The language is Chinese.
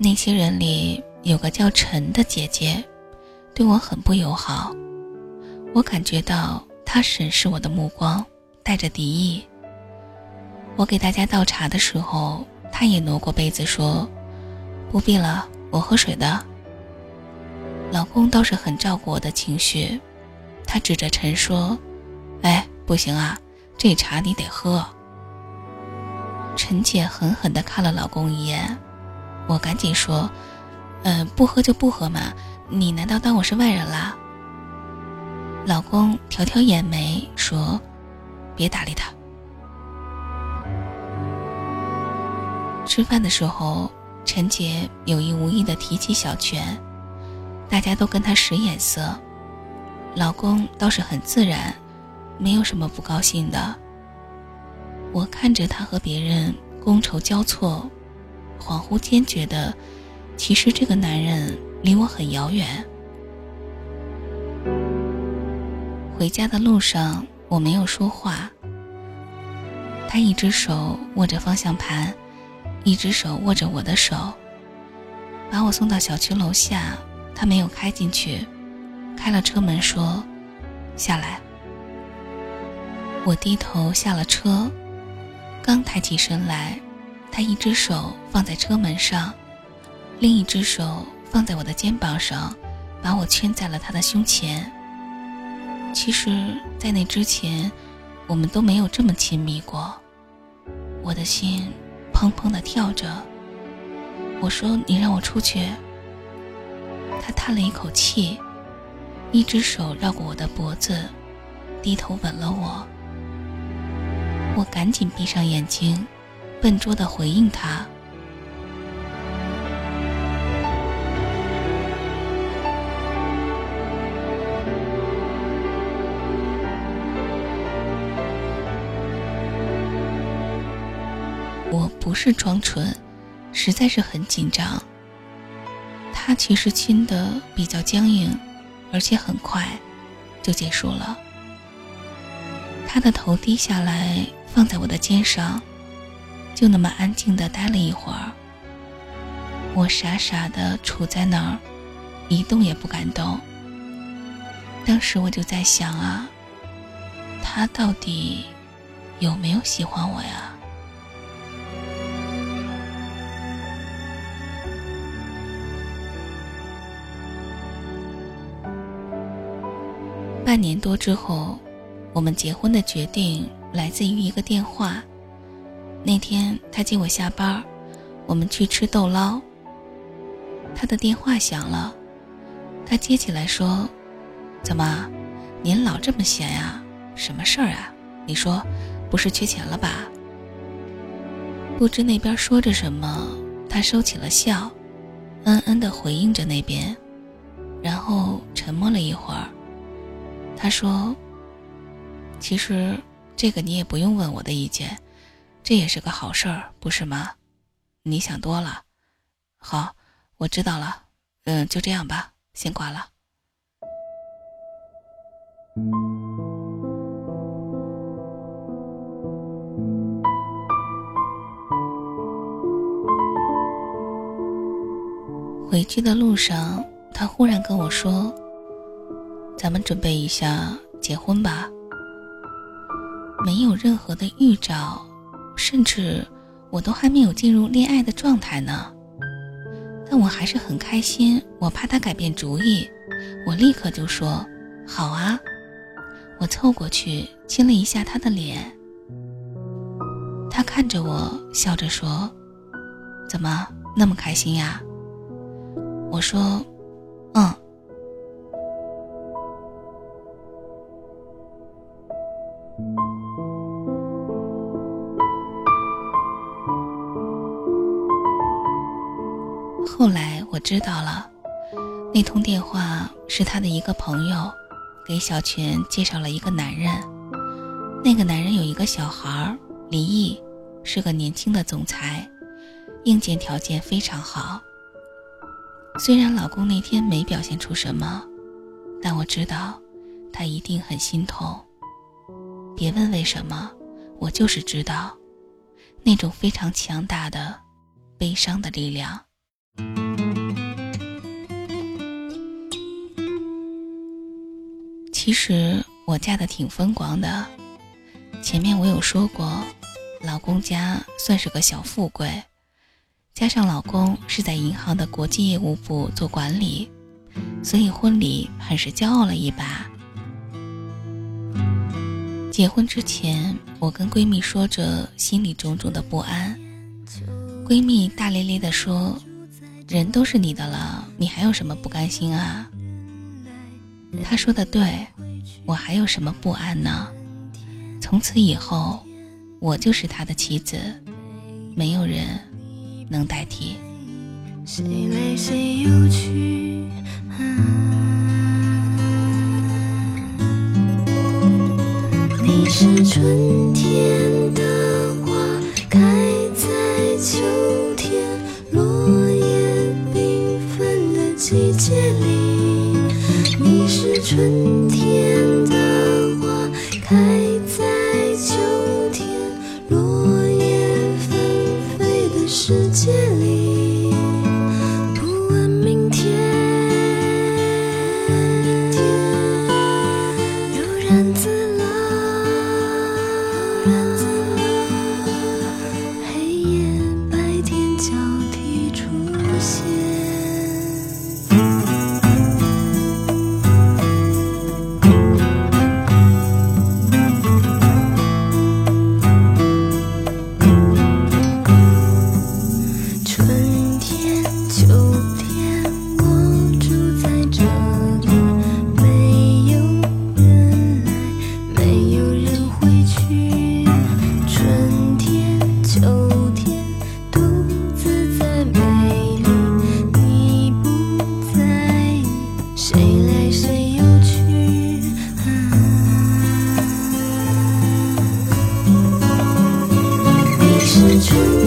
那些人里有个叫陈的姐姐，对我很不友好，我感觉到她审视我的目光带着敌意。我给大家倒茶的时候，她也挪过杯子说，不必了，我喝水的。老公倒是很照顾我的情绪，他指着陈说，哎，不行啊，这茶你得喝。陈姐狠狠地看了老公一眼，我赶紧说，不喝就不喝嘛，你难道当我是外人啦？老公挑挑眼眉说，别搭理他。吃饭的时候，陈姐有意无意地提起小泉，大家都跟她使眼色，老公倒是很自然，没有什么不高兴的。我看着他和别人觥筹交错，恍惚间觉得其实这个男人离我很遥远。回家的路上我没有说话，他一只手握着方向盘，一只手握着我的手，把我送到小区楼下，他没有开进去，开了车门说，下来。我低头下了车，刚抬起身来，他一只手放在车门上，另一只手放在我的肩膀上，把我圈在了他的胸前。其实在那之前我们都没有这么亲密过，我的心砰砰地跳着。我说，你让我出去。他叹了一口气，一只手绕过我的脖子，低头吻了我。我赶紧闭上眼睛，笨拙地回应他。我不是装蠢，实在是很紧张。他其实亲得比较僵硬，而且很快就结束了。他的头低下来放在我的肩上，就那么安静地待了一会儿。我傻傻地杵在那儿，一动也不敢动。当时我就在想啊，他到底有没有喜欢我呀？半年多之后，我们结婚的决定来自于一个电话。那天他接我下班，我们去吃豆捞。他的电话响了，他接起来说，怎么，您老这么闲呀？什么事儿啊？你说，不是缺钱了吧？不知那边说着什么，他收起了笑，地回应着那边，然后沉默了一会儿。他说，其实这个你也不用问我的意见，这也是个好事儿，不是吗？你想多了。好，我知道了，就这样吧，先挂了。回去的路上，他忽然跟我说，咱们准备一下结婚吧。没有任何的预兆，甚至我都还没有进入恋爱的状态呢。但我还是很开心，我怕他改变主意，我立刻就说，好啊。我凑过去亲了一下他的脸。他看着我笑着说，怎么那么开心呀？我说，后来我知道了，那通电话是他的一个朋友给小泉介绍了一个男人。那个男人有一个小孩，离异，是个年轻的总裁，硬件条件非常好。虽然老公那天没表现出什么，但我知道他一定很心痛。别问为什么，我就是知道，那种非常强大的悲伤的力量。 其实我嫁得挺风光的，前面我有说过，老公家算是个小富贵，加上老公是在银行的国际业务部做管理，所以婚礼很是骄傲了一把。结婚之前，我跟闺蜜说着心里种种的不安，闺蜜大咧咧地说，人都是你的了，你还有什么不甘心啊？她说的对，我还有什么不安呢？从此以后，我就是他的妻子，没有人能代替。 谁来谁又去你是春天的花，开在秋天落叶缤纷的季节里。你是春天的花，开在秋天落叶纷飞的世界里。不问明天，悠然自老，黑夜白天交替出现。是春